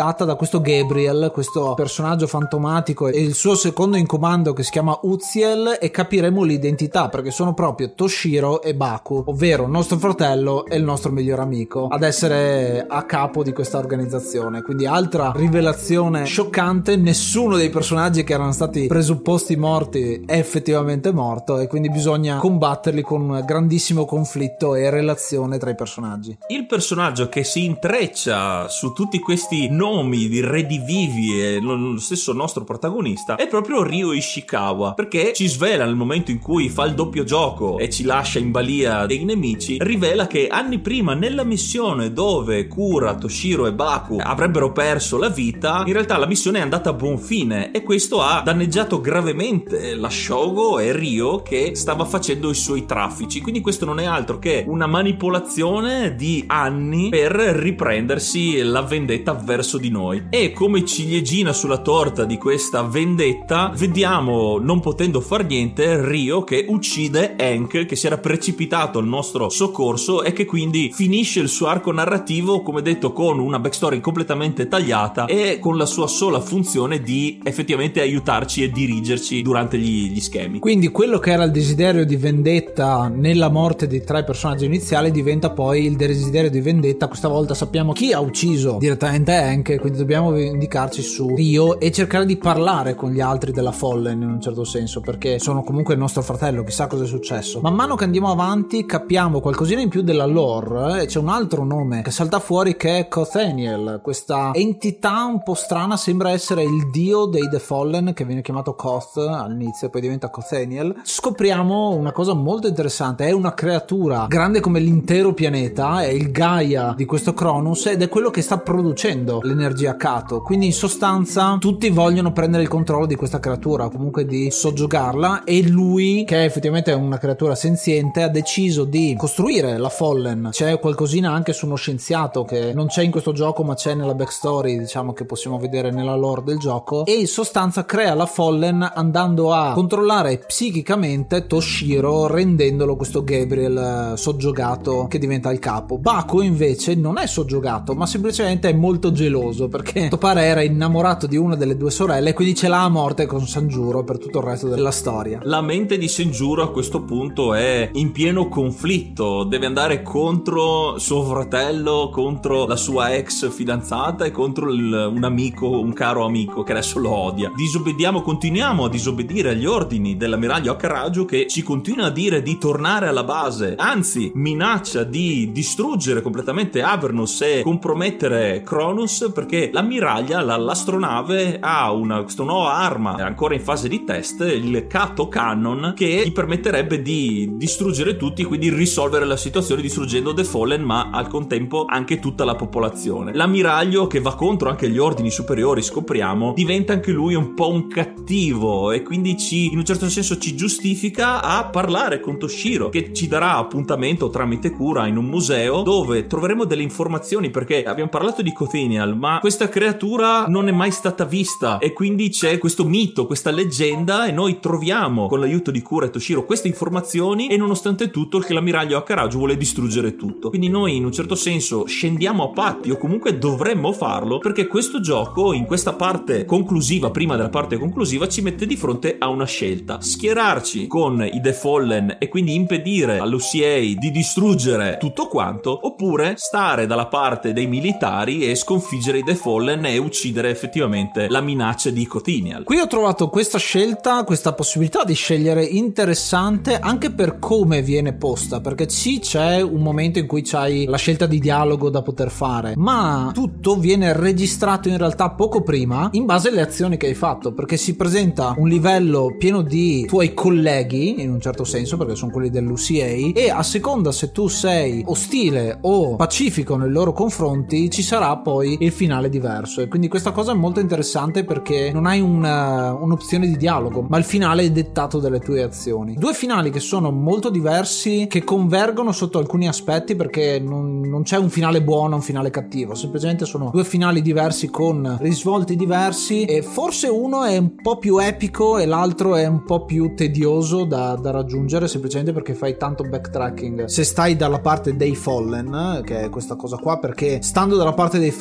guidata da questo Gabriel, questo personaggio fantomatico, e il suo secondo in comando che si chiama Uziel, e capiremo l'identità, perché sono proprio Toshiro e Baku, ovvero il nostro fratello e il nostro miglior amico, ad essere a capo di questa organizzazione. Quindi altra rivelazione scioccante: nessuno dei personaggi che erano stati presupposti morti è effettivamente morto, e quindi bisogna combatterli con un grandissimo conflitto e relazione tra i personaggi. Il personaggio che si intreccia su tutti questi nomi di redivivi e lo stesso nostro protagonista è proprio Ryo Ishikawa, perché ci svela nel momento in cui fa il doppio gioco e ci lascia in balia dei nemici, rivela che anni prima nella missione dove Kura, Toshiro e Baku avrebbero perso la vita, in realtà la missione è andata a buon fine, e questo ha danneggiato gravemente la Shogo e Ryo che stava facendo i suoi traffici. Quindi questo non è altro che una manipolazione di anni per riprendersi la vendetta verso di noi. E come ciliegina sulla torta di questa vendetta vediamo, non potendo far niente, Ryo che uccide Hank, che si era precipitato al nostro soccorso e che quindi finisce il suo arco narrativo, come detto, con una backstory completamente tagliata e con la sua sola funzione di effettivamente aiutarci e dirigerci durante gli, gli schemi. Quindi quello che era il desiderio di vendetta nella morte dei tre personaggi iniziali diventa poi il desiderio di vendetta. Questa volta sappiamo chi ha ucciso direttamente Hank, quindi dobbiamo vendicarci su Ryo e cercare di parlare con gli altri della Fallen in un certo senso, perché sono comunque il nostro fratello, chissà cosa è successo. Man mano che andiamo avanti capiamo qualcosina in più della lore, e c'è un altro nome che salta fuori che è Kothaniel, questa entità un po' strana, sembra essere il dio dei The Fallen che viene chiamato Koth all'inizio e poi diventa Kothaniel. Scopriamo una cosa molto interessante: è una creatura grande come l'intero pianeta, è il Gaia di questo Cronus ed è quello che sta producendo l'energia Kato, quindi in sostanza tutti vogliono prendere il controllo di questa creatura, comunque di soggiogarla, e lui, che è effettivamente una creatura senziente, ha deciso di costruire la Fallen. C'è qualcosina anche su uno scienziato che non c'è in questo gioco ma c'è nella backstory, diciamo, che possiamo vedere nella lore del gioco, e in sostanza crea la Fallen andando a controllare psichicamente Toshiro, rendendolo questo Gabriel soggiogato che diventa il capo. Baku invece non è soggiogato ma semplicemente è molto geloso, perché pare era innamorato di una delle due sorelle e quindi ce l'ha a morte con Sanjuro per tutto il resto della storia. La mente di Sanjuro a questo punto è in pieno conflitto, deve andare contro suo fratello, contro la sua ex fidanzata e contro il, un amico, un caro amico che adesso lo odia. Disobbediamo, continuiamo a disobbedire agli ordini dell'ammiraglio Akaraju, che ci continua a dire di tornare alla base, anzi minaccia di distruggere completamente Avernus e compromettere Cronus, perché l'ammiraglia, la, l'astronave, ha una questa nuova arma ancora in fase di test, il Kato Cannon, che gli permetterebbe di distruggere tutti, quindi risolvere la situazione distruggendo The Fallen ma al contempo anche tutta la popolazione. L'ammiraglio, che va contro anche gli ordini superiori, scopriamo, diventa anche lui un po' un cattivo e quindi ci, in un certo senso ci giustifica a parlare con Toshiro, che ci darà appuntamento tramite Kura in un museo dove troveremo delle informazioni, perché abbiamo parlato di Kothaniel ma questa creatura non è mai stata vista e quindi c'è questo mito, questa leggenda, e noi troviamo con l'aiuto di Kura e Toshiro queste informazioni, e nonostante tutto che l'ammiraglio Akaraju vuole distruggere tutto. Quindi noi in un certo senso scendiamo a patti, o comunque dovremmo farlo, perché questo gioco in questa parte conclusiva, prima della parte conclusiva, ci mette di fronte a una scelta: schierarci con i The Fallen e quindi impedire all'U C A di distruggere tutto quanto, oppure stare dalla parte dei militari e sconfiggere i The Fallen e uccidere effettivamente la minaccia di Kothaniel. Qui ho trovato questa scelta, questa possibilità di scegliere interessante anche per come viene posta, perché sì, c'è un momento in cui c'hai la scelta di dialogo da poter fare, ma tutto viene registrato in realtà poco prima in base alle azioni che hai fatto, perché si presenta un livello pieno di tuoi colleghi in un certo senso, perché sono quelli dell'U C A, e a seconda se tu sei ostile o pacifico nei loro confronti ci sarà poi il finale diverso. E quindi questa cosa è molto interessante, perché non hai una, un'opzione di dialogo ma il finale è dettato dalle tue azioni. Due finali che sono molto diversi, che convergono sotto alcuni aspetti, perché non, non c'è un finale buono, un finale cattivo, semplicemente sono due finali diversi con risvolti diversi, e forse uno è un po' più epico e l'altro è un po' più tedioso da, da raggiungere, semplicemente perché fai tanto backtracking se stai dalla parte dei Fallen, che è questa cosa qua, perché stando dalla parte dei Fallen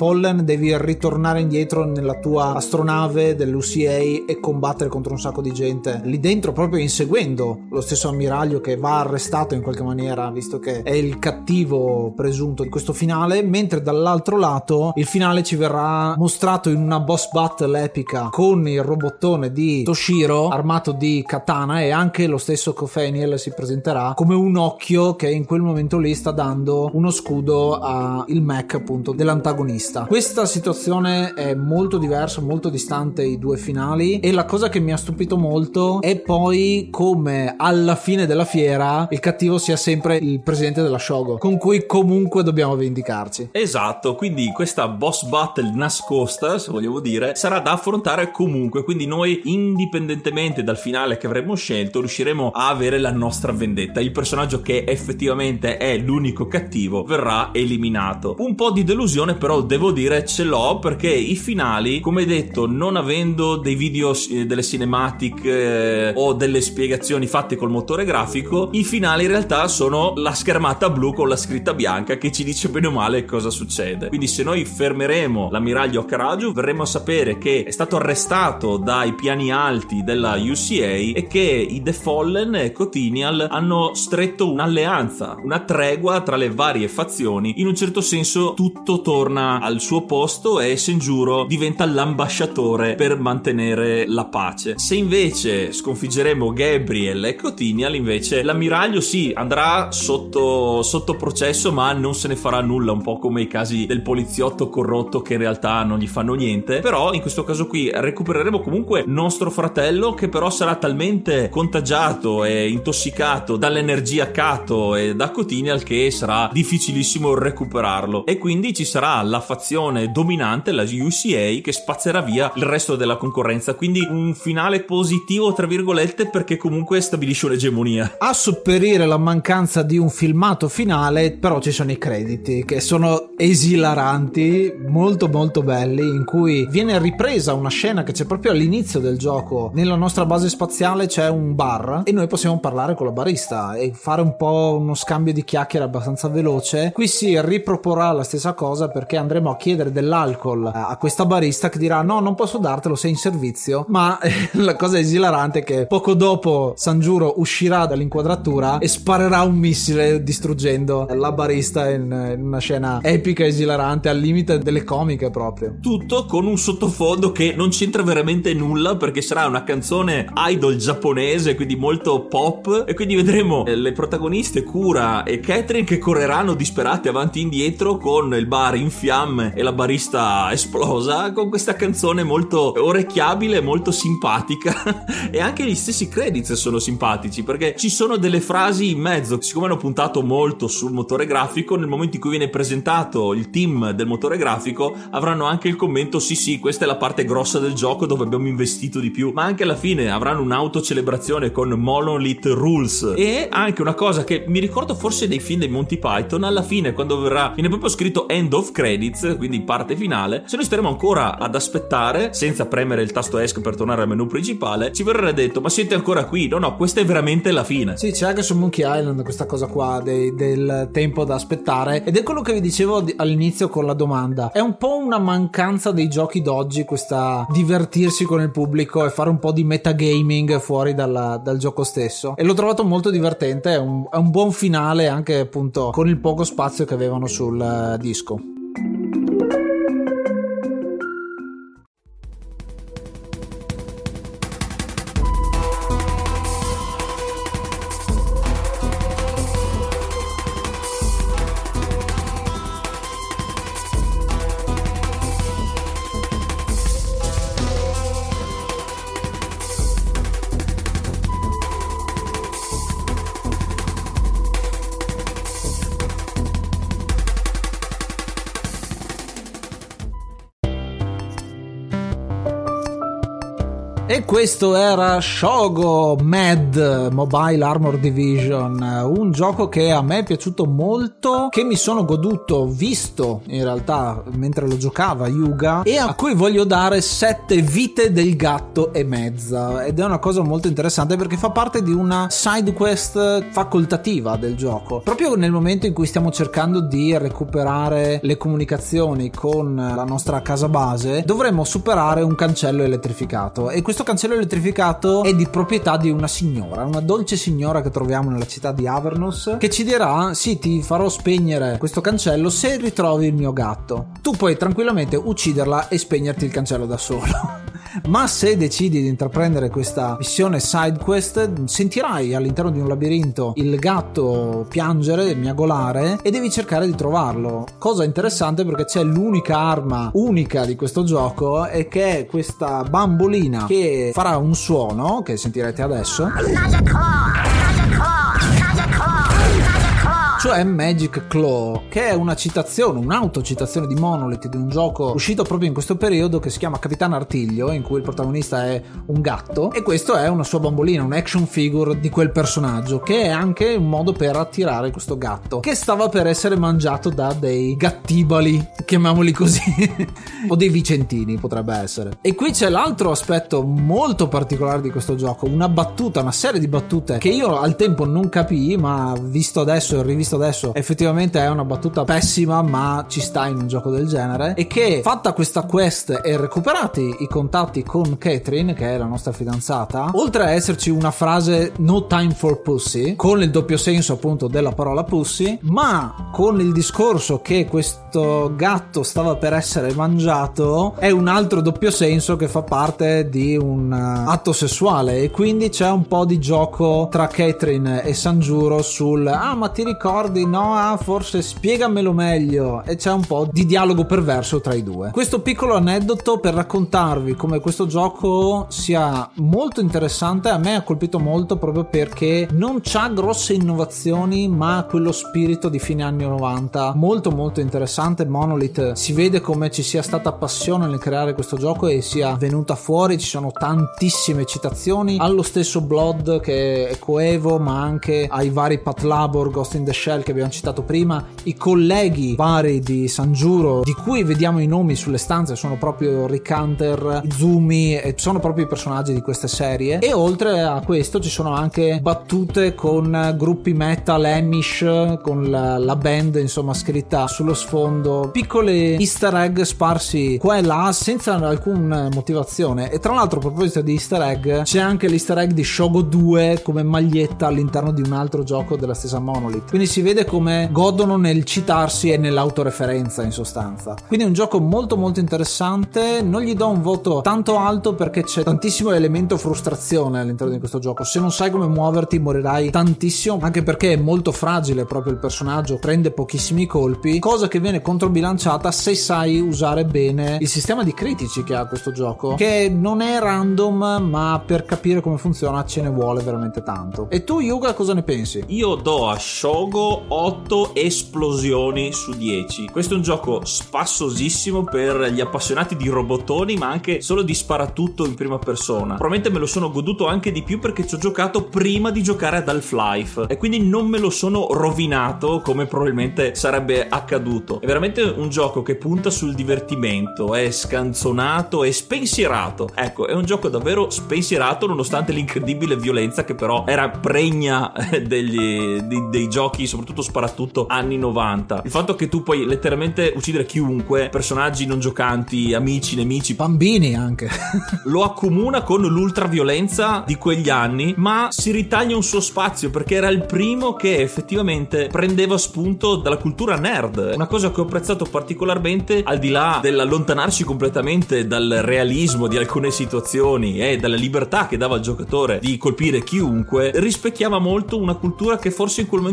devi ritornare indietro nella tua astronave dell'U C A e combattere contro un sacco di gente lì dentro, proprio inseguendo lo stesso ammiraglio che va arrestato in qualche maniera, visto che è il cattivo presunto di questo finale, mentre dall'altro lato il finale ci verrà mostrato in una boss battle epica con il robottone di Toshiro armato di katana, e anche lo stesso Kofeniel si presenterà come un occhio che in quel momento lì sta dando uno scudo al mech appunto dell'antagonista. Questa situazione è molto diversa, molto distante i due finali, e la cosa che mi ha stupito molto è poi come alla fine della fiera il cattivo sia sempre il presidente della Shogo, con cui comunque dobbiamo vendicarci. Esatto, quindi questa boss battle nascosta, se vogliamo dire, sarà da affrontare comunque, quindi noi indipendentemente dal finale che avremo scelto riusciremo a avere la nostra vendetta. Il personaggio che effettivamente è l'unico cattivo verrà eliminato. Un po' di delusione però devo dire ce l'ho, perché i finali, come detto, non avendo dei video, delle cinematic eh, o delle spiegazioni fatte col motore grafico, i finali in realtà sono la schermata blu con la scritta bianca che ci dice bene o male cosa succede. Quindi se noi fermeremo l'ammiraglio Akaraju verremo a sapere che è stato arrestato dai piani alti della U C A e che i The Fallen e Cotinial hanno stretto un'alleanza, una tregua tra le varie fazioni. In un certo senso tutto torna al suo posto e Senjuro diventa l'ambasciatore per mantenere la pace. Se invece sconfiggeremo Gabriel e Cotinial, invece l'ammiraglio sì, andrà sotto, sotto processo, ma non se ne farà nulla, un po' come i casi del poliziotto corrotto che in realtà non gli fanno niente. Però in questo caso qui recupereremo comunque nostro fratello, che però sarà talmente contagiato e intossicato dall'energia Kato e da Cotinial che sarà difficilissimo recuperarlo, e quindi ci sarà la fazione dominante, la U C A, che spazzerà via il resto della concorrenza. Quindi un finale positivo tra virgolette, perché comunque stabilisce un'egemonia. A sopperire la mancanza di un filmato finale però ci sono i crediti, che sono esilaranti, molto molto belli, in cui viene ripresa una scena che c'è proprio all'inizio del gioco. Nella nostra base spaziale c'è un bar e noi possiamo parlare con la barista e fare un po' uno scambio di chiacchiere abbastanza veloce. Qui si riproporrà la stessa cosa, perché andremo a chiedere dell'alcol a questa barista che dirà no, non posso dartelo, sei in servizio. Ma la cosa esilarante è che poco dopo Sanjuro uscirà dall'inquadratura e sparerà un missile distruggendo la barista in, in una scena epica, esilarante, al limite delle comiche proprio. Tutto con un sottofondo che non c'entra veramente nulla, perché sarà una canzone idol giapponese, quindi molto pop, e quindi vedremo le protagoniste Kura e Catherine che correranno disperate avanti e indietro con il bar in fiamme e la barista esplosa, con questa canzone molto orecchiabile, molto simpatica. E anche gli stessi credits sono simpatici, perché ci sono delle frasi in mezzo. Siccome hanno puntato molto sul motore grafico, nel momento in cui viene presentato il team del motore grafico avranno anche il commento sì sì, questa è la parte grossa del gioco dove abbiamo investito di più. Ma anche alla fine avranno un'autocelebrazione con Monolith Rules. E anche una cosa che mi ricordo forse dei film dei Monty Python, alla fine quando verrà viene proprio scritto end of credits, quindi parte finale, se noi staremo ancora ad aspettare senza premere il tasto ESC per tornare al menu principale, ci verrà detto ma siete ancora qui? No no, questa è veramente la fine. Sì, c'è anche su Monkey Island questa cosa qua dei, del tempo da aspettare, ed è quello che vi dicevo all'inizio con la domanda. È un po' una mancanza dei giochi d'oggi questa divertirsi con il pubblico e fare un po' di metagaming fuori dalla, dal gioco stesso, e l'ho trovato molto divertente. È un, è un buon finale anche appunto con il poco spazio che avevano sul uh, disco. E questo era Shogo Mad Mobile Armor Division, un gioco che a me è piaciuto molto, che mi sono goduto visto in realtà mentre lo giocava Yuga, e a cui voglio dare sette vite del gatto e mezza, ed è una cosa molto interessante perché fa parte di una side quest facoltativa del gioco. Proprio nel momento in cui stiamo cercando di recuperare le comunicazioni con la nostra casa base, dovremmo superare un cancello elettrificato, e questo cancello elettrificato è di proprietà di una signora, una dolce signora che troviamo nella città di Avernus, che ci dirà: sì, ti farò spegnere questo cancello se ritrovi il mio gatto. Tu puoi tranquillamente ucciderla e spegnerti il cancello da solo. Ma se decidi di intraprendere questa missione side quest, sentirai all'interno di un labirinto il gatto piangere, miagolare, e devi cercare di trovarlo. Cosa interessante perché c'è l'unica arma unica di questo gioco, e che è questa bambolina che farà un suono che sentirete adesso, cioè Magic Claw, che è una citazione, un'autocitazione di Monolith di un gioco uscito proprio in questo periodo che si chiama Capitan Artiglio, in cui il protagonista è un gatto, e questo è una sua bambolina, un action figure di quel personaggio, che è anche un modo per attirare questo gatto che stava per essere mangiato da dei gattibali, chiamiamoli così, o dei vicentini potrebbe essere. E qui c'è l'altro aspetto molto particolare di questo gioco, una battuta, una serie di battute che io al tempo non capii, ma visto adesso e rivisto adesso effettivamente è una battuta pessima, ma ci sta in un gioco del genere, e che, fatta questa quest e recuperati i contatti con Catherine, che è la nostra fidanzata, oltre a esserci una frase no time for pussy, con il doppio senso appunto della parola pussy, ma con il discorso che questo gatto stava per essere mangiato, è un altro doppio senso che fa parte di un atto sessuale, e quindi c'è un po' di gioco tra Catherine e Sanjuro sul ah ma ti ricordi, no, ah, forse spiegamelo meglio, e c'è un po' di dialogo perverso tra i due. Questo piccolo aneddoto per raccontarvi come questo gioco sia molto interessante. A me ha colpito molto proprio perché non c'ha grosse innovazioni, ma ha quello spirito di fine anni novanta molto molto interessante. Monolith, si vede come ci sia stata passione nel creare questo gioco e sia venuta fuori, ci sono tantissime citazioni allo stesso Blood che è coevo, ma anche ai vari Path Labor, Ghost in the Shell che abbiamo citato prima. I colleghi vari di Sanjuro, di cui vediamo i nomi sulle stanze, sono proprio Rick Hunter, Izumi, e sono proprio i personaggi di queste serie. E oltre a questo ci sono anche battute con gruppi metal Amish, con la, la band insomma scritta sullo sfondo, piccole easter egg sparsi qua e là senza alcuna motivazione. E tra l'altro, a proposito di easter egg, c'è anche l'easter egg di Shogo due come maglietta all'interno di un altro gioco della stessa Monolith, quindi si vede come godono nel citarsi e nell'autoreferenza in sostanza. Quindi è un gioco molto molto interessante. Non gli do un voto tanto alto perché c'è tantissimo elemento frustrazione all'interno di questo gioco. Se non sai come muoverti morirai tantissimo, anche perché è molto fragile proprio il personaggio, prende pochissimi colpi, cosa che viene controbilanciata se sai usare bene il sistema di critici che ha questo gioco, che non è random, ma per capire come funziona ce ne vuole veramente tanto. E tu Yuga cosa ne pensi? Io do a Shogo otto esplosioni su dieci. Questo è un gioco spassosissimo per gli appassionati di robottoni, ma anche solo di sparatutto in prima persona. Probabilmente me lo sono goduto anche di più perché ci ho giocato prima di giocare ad Half-Life, e quindi non me lo sono rovinato come probabilmente sarebbe accaduto. È veramente un gioco che punta sul divertimento, è scanzonato e spensierato. Ecco, è un gioco davvero spensierato, nonostante l'incredibile violenza che però era pregna degli, dei, dei giochi, soprattutto sparatutto anni novanta. Il fatto che tu puoi letteralmente uccidere chiunque, personaggi non giocanti, amici, nemici, bambini anche, lo accomuna con l'ultraviolenza di quegli anni, ma si ritaglia un suo spazio perché era il primo che effettivamente prendeva spunto dalla cultura nerd. Una cosa che ho apprezzato particolarmente, al di là dell'allontanarsi completamente dal realismo di alcune situazioni e dalla libertà che dava al giocatore di colpire chiunque, rispecchiava molto una cultura che forse in quel momento lì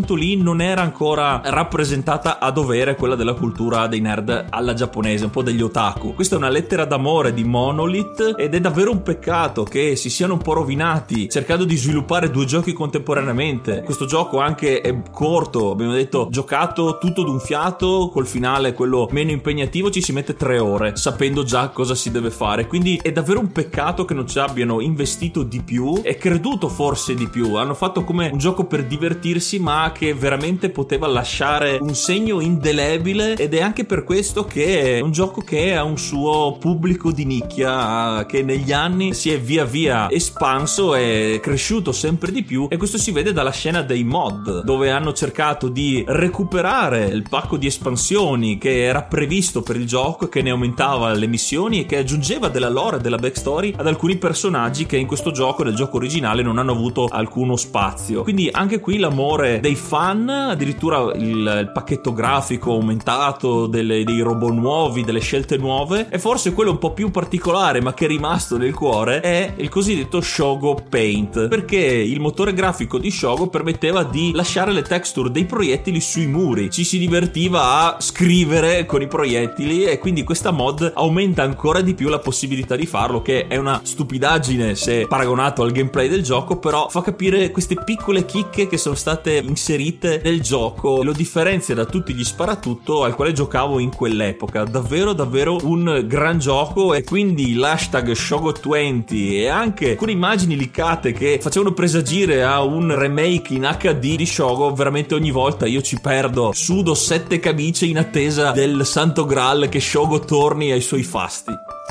non era ancora rappresentata a dovere quella della cultura dei nerd alla giapponese, un po' degli otaku. Questa è una lettera d'amore di Monolith ed è davvero un peccato che si siano un po' rovinati cercando di sviluppare due giochi contemporaneamente. Questo gioco anche è corto, abbiamo detto giocato tutto d'un fiato, col finale quello meno impegnativo ci si mette tre ore sapendo già cosa si deve fare, quindi è davvero un peccato che non ci abbiano investito di più e creduto forse di più. Hanno fatto come un gioco per divertirsi, ma che veramente poteva lasciare un segno indelebile, ed è anche per questo che è un gioco che ha un suo pubblico di nicchia che negli anni si è via via espanso e cresciuto sempre di più, e questo si vede dalla scena dei mod, dove hanno cercato di recuperare il pacco di espansioni che era previsto per il gioco e che ne aumentava le missioni e che aggiungeva della lore e della backstory ad alcuni personaggi che in questo gioco, nel gioco originale, non hanno avuto alcuno spazio. Quindi anche qui l'amore dei fan, addirittura il, il pacchetto grafico aumentato, delle, dei robot nuovi, delle scelte nuove, e forse quello un po' più particolare ma che è rimasto nel cuore è il cosiddetto Shogo Paint, perché il motore grafico di Shogo permetteva di lasciare le texture dei proiettili sui muri, ci si divertiva a scrivere con i proiettili, e quindi questa mod aumenta ancora di più la possibilità di farlo, che è una stupidaggine se paragonato al gameplay del gioco, però fa capire queste piccole chicche che sono state inserite nel gioco, lo differenzia da tutti gli sparatutto al quale giocavo in quell'epoca. Davvero davvero un gran gioco, e quindi l'hashtag Shogo venti e anche alcune immagini leakate che facevano presagire a un remake in acca di di Shogo, veramente ogni volta io ci perdo, sudo sette camicie in attesa del santo graal che Shogo torni ai suoi fasti.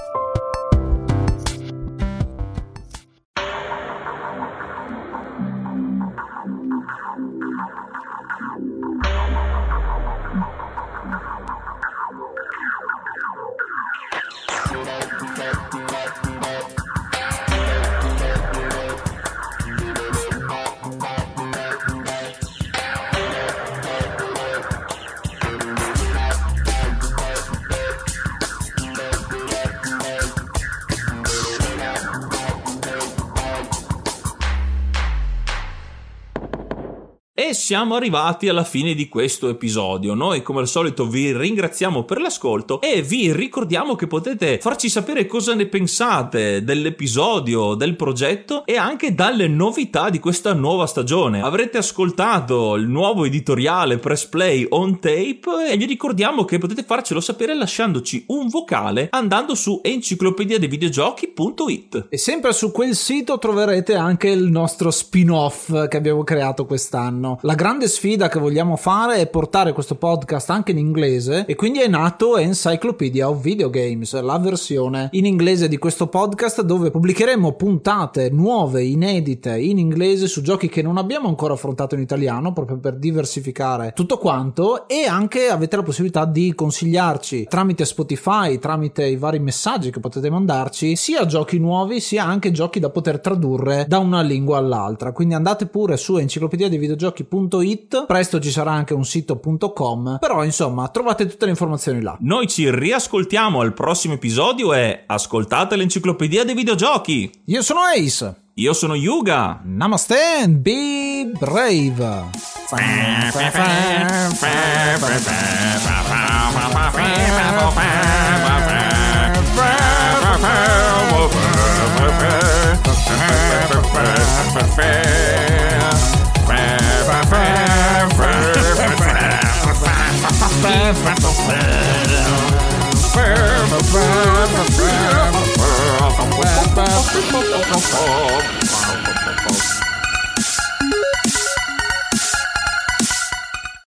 E siamo arrivati alla fine di questo episodio. Noi come al solito vi ringraziamo per l'ascolto e vi ricordiamo che potete farci sapere cosa ne pensate dell'episodio, del progetto e anche dalle novità di questa nuova stagione. Avrete ascoltato il nuovo editoriale Press Play on Tape e vi ricordiamo che potete farcelo sapere lasciandoci un vocale andando su enciclopedia dei videogiochi punto it. E sempre su quel sito troverete anche il nostro spin-off che abbiamo creato quest'anno. La grande sfida che vogliamo fare è portare questo podcast anche in inglese, e quindi è nato Encyclopedia of Video Games, la versione in inglese di questo podcast, dove pubblicheremo puntate nuove, inedite, in inglese su giochi che non abbiamo ancora affrontato in italiano, proprio per diversificare tutto quanto, e anche avete la possibilità di consigliarci tramite Spotify, tramite i vari messaggi che potete mandarci, sia giochi nuovi sia anche giochi da poter tradurre da una lingua all'altra. Quindi andate pure su enciclopedia dei videogiochi punto it, presto ci sarà anche un sito punto com, però insomma trovate tutte le informazioni là. Noi ci riascoltiamo al prossimo episodio e ascoltate l'enciclopedia dei videogiochi. Io sono Ace. Io sono Yuga. Namaste and be brave. Oh,